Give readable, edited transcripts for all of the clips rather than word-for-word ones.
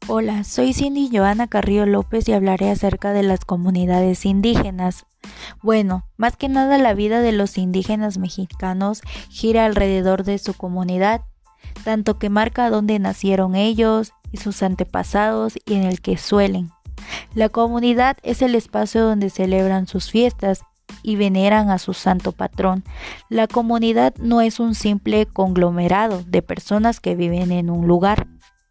Hola, soy Cindy Joana Carrillo López y hablaré acerca de las comunidades indígenas. Bueno, más que nada la vida de los indígenas mexicanos gira alrededor de su comunidad, tanto que marca dónde nacieron ellos y sus antepasados y en el que suelen. La comunidad es el espacio donde celebran sus fiestas y veneran a su santo patrón. La comunidad no es un simple conglomerado de personas que viven en un lugar.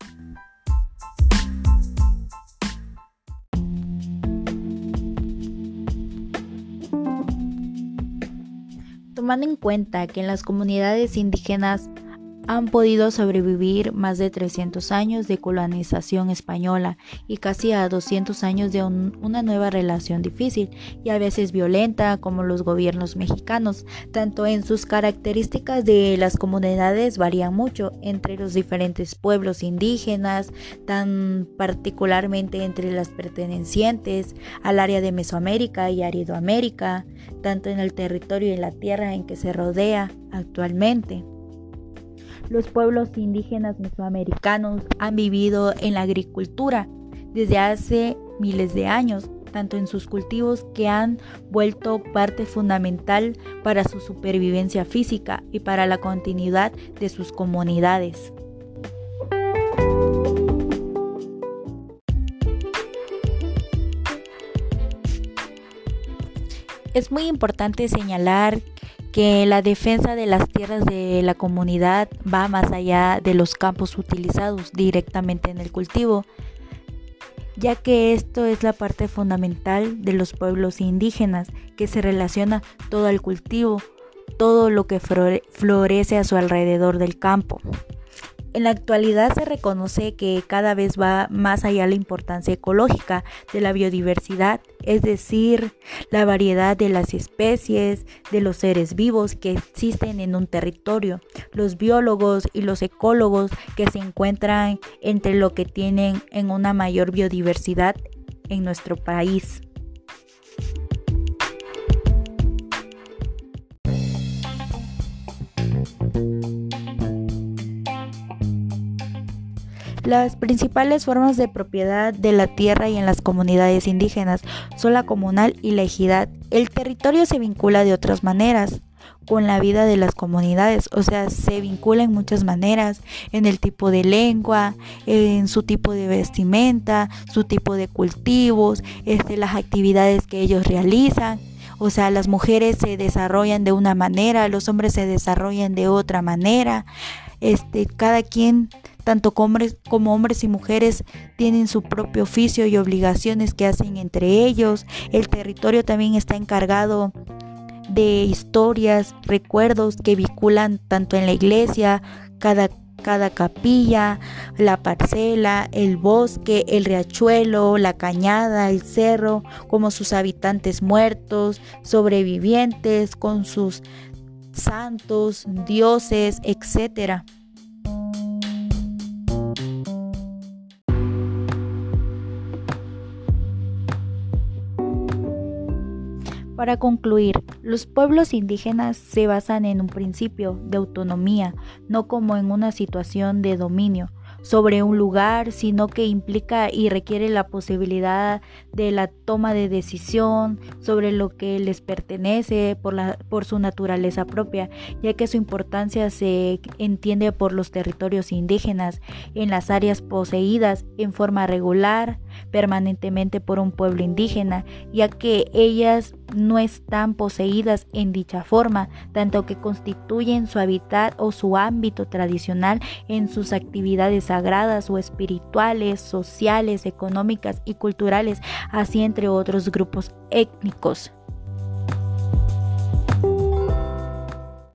Tomando en cuenta que en las comunidades indígenas han podido sobrevivir más de 300 años de colonización española y casi a 200 años de una nueva relación difícil y a veces violenta como los gobiernos mexicanos, tanto en sus características de las comunidades varían mucho entre los diferentes pueblos indígenas, tan particularmente entre las pertenecientes al área de Mesoamérica y Aridoamérica, tanto en el territorio y en la tierra en que se rodea actualmente. Los pueblos indígenas mesoamericanos han vivido en la agricultura desde hace miles de años, tanto en sus cultivos que han vuelto parte fundamental para su supervivencia física y para la continuidad de sus comunidades. Es muy importante señalar que la defensa de las tierras de la comunidad va más allá de los campos utilizados directamente en el cultivo, ya que esto es la parte fundamental de los pueblos indígenas, que se relaciona todo al cultivo, todo lo que florece a su alrededor del campo. En la actualidad se reconoce que cada vez va más allá la importancia ecológica de la biodiversidad, es decir, la variedad de las especies, de los seres vivos que existen en un territorio, los biólogos y los ecólogos que se encuentran entre lo que tienen en una mayor biodiversidad en nuestro país. Las principales formas de propiedad de la tierra y en las comunidades indígenas son la comunal y la ejidad. El territorio se vincula de otras maneras con la vida de las comunidades, o sea, se vincula en muchas maneras, en el tipo de lengua, en su tipo de vestimenta, su tipo de cultivos, las actividades que ellos realizan. O sea, las mujeres se desarrollan de una manera, los hombres se desarrollan de otra manera. Cada quien, tanto como hombres y mujeres, tienen su propio oficio y obligaciones que hacen entre ellos. El territorio también está encargado de historias, recuerdos que vinculan tanto en la iglesia, cada capilla, la parcela, el bosque, el riachuelo, la cañada, el cerro, como sus habitantes muertos, sobrevivientes, con sus santos, dioses, etc. Para concluir, los pueblos indígenas se basan en un principio de autonomía, no como en una situación de dominio sobre un lugar, sino que implica y requiere la posibilidad de la toma de decisión sobre lo que les pertenece por su naturaleza propia, ya que su importancia se entiende por los territorios indígenas en las áreas poseídas en forma regular permanentemente por un pueblo indígena, ya que ellas no están poseídas en dicha forma, tanto que constituyen su hábitat o su ámbito tradicional en sus actividades sagradas o espirituales, sociales, económicas y culturales, así entre otros grupos étnicos.